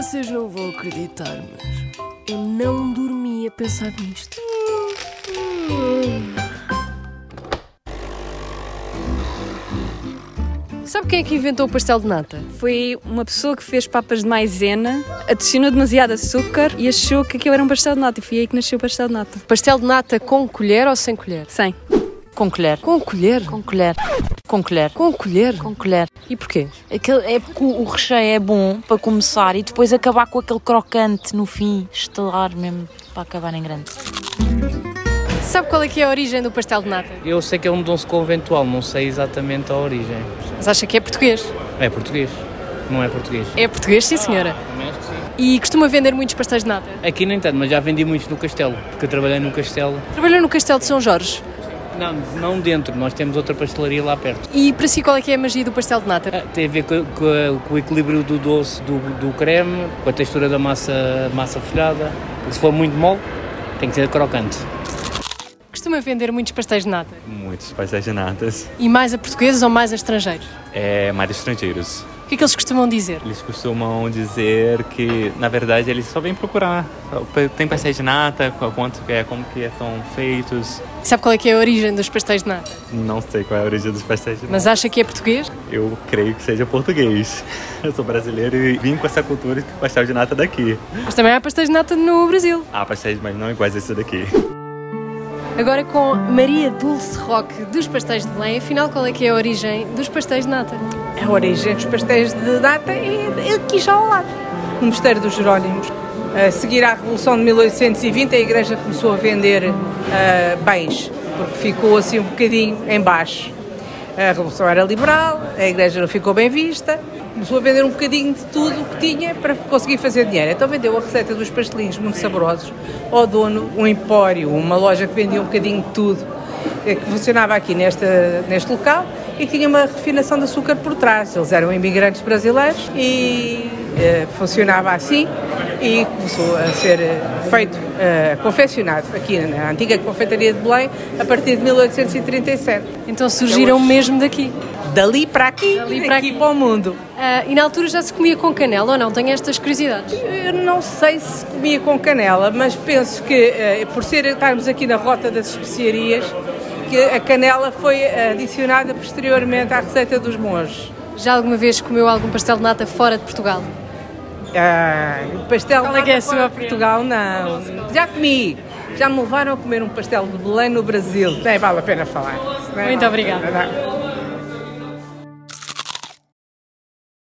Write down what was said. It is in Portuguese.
Vocês não vão acreditar, mas eu não dormi a pensar nisto. Sabe quem é que inventou o pastel de nata? Foi uma pessoa que fez papas de maisena, adicionou demasiado açúcar e achou que aquilo era um pastel de nata. E foi aí que nasceu o pastel de nata. Pastel de nata com colher ou sem colher? Sem. Com colher. Com colher? Com colher. Com colher. Com colher? Com colher. E porquê? É porque o recheio é bom para começar e depois acabar com aquele crocante no fim, estelar mesmo, para acabar em grande. Sabe qual é que é a origem do pastel de nata? Eu sei que é um doce conventual, não sei exatamente a origem. Mas acha que é português? É português, não é português. É português, sim senhora. Também acho que sim. E costuma vender muitos pastéis de nata? Aqui nem tanto, mas já vendi muitos no Castelo, porque eu trabalhei no Castelo. Trabalhou no Castelo de São Jorge? Não dentro, nós temos outra pastelaria lá perto. E para si qual é que é a magia do pastel de nata? Tem a ver com o equilíbrio do doce do creme, com a textura da massa folhada. Porque se for muito mole, tem que ser crocante. Costuma vender muitos pastéis de nata? Muitos pastéis de natas. E mais a portugueses ou mais a estrangeiros? Mais estrangeiros. O que é que eles costumam dizer? Eles costumam dizer que, na verdade, eles só vêm procurar. Tem pastéis de nata, como que são feitos. E sabe qual é que é a origem dos pastéis de nata? Não sei qual é a origem dos pastéis de nata. Mas acha que é português? Eu creio que seja português. Eu sou brasileiro e vim com essa cultura de pastel de nata daqui. Mas também há pastéis de nata no Brasil. Há pastéis, mas não iguais a esse daqui. Agora com Maria Dulce Roque dos Pastéis de Belém, afinal qual é que é a origem dos pastéis de nata? A origem dos pastéis de nata é aqui já ao lado, no Mosteiro dos Jerónimos. A seguir à Revolução de 1820, a Igreja começou a vender bens, porque ficou assim um bocadinho em baixo. A Revolução era liberal, a Igreja não ficou bem vista, começou a vender um bocadinho de tudo o que tinha para conseguir fazer dinheiro. Então vendeu a receita dos pastelinhos muito saborosos ao dono, um empório, uma loja que vendia um bocadinho de tudo, que funcionava aqui neste local e tinha uma refinação de açúcar por trás. Eles eram imigrantes brasileiros e funcionava assim e começou a ser feito, confeccionado aqui na antiga confeitaria de Belém a partir de 1837. Então surgiram mesmo daqui? Dali para aqui, daqui para o mundo. E na altura já se comia com canela ou não? Tenho estas curiosidades. Eu não sei se comia com canela, mas penso que por estarmos aqui na rota das especiarias, que a canela foi adicionada posteriormente à receita dos monges. Já alguma vez comeu algum pastel de nata fora de Portugal? Pastel Qual é que é a sua fora de Portugal, não. Já comi. Já me levaram a comer um pastel de Belém no Brasil. Nem vale a pena falar. Muito obrigada.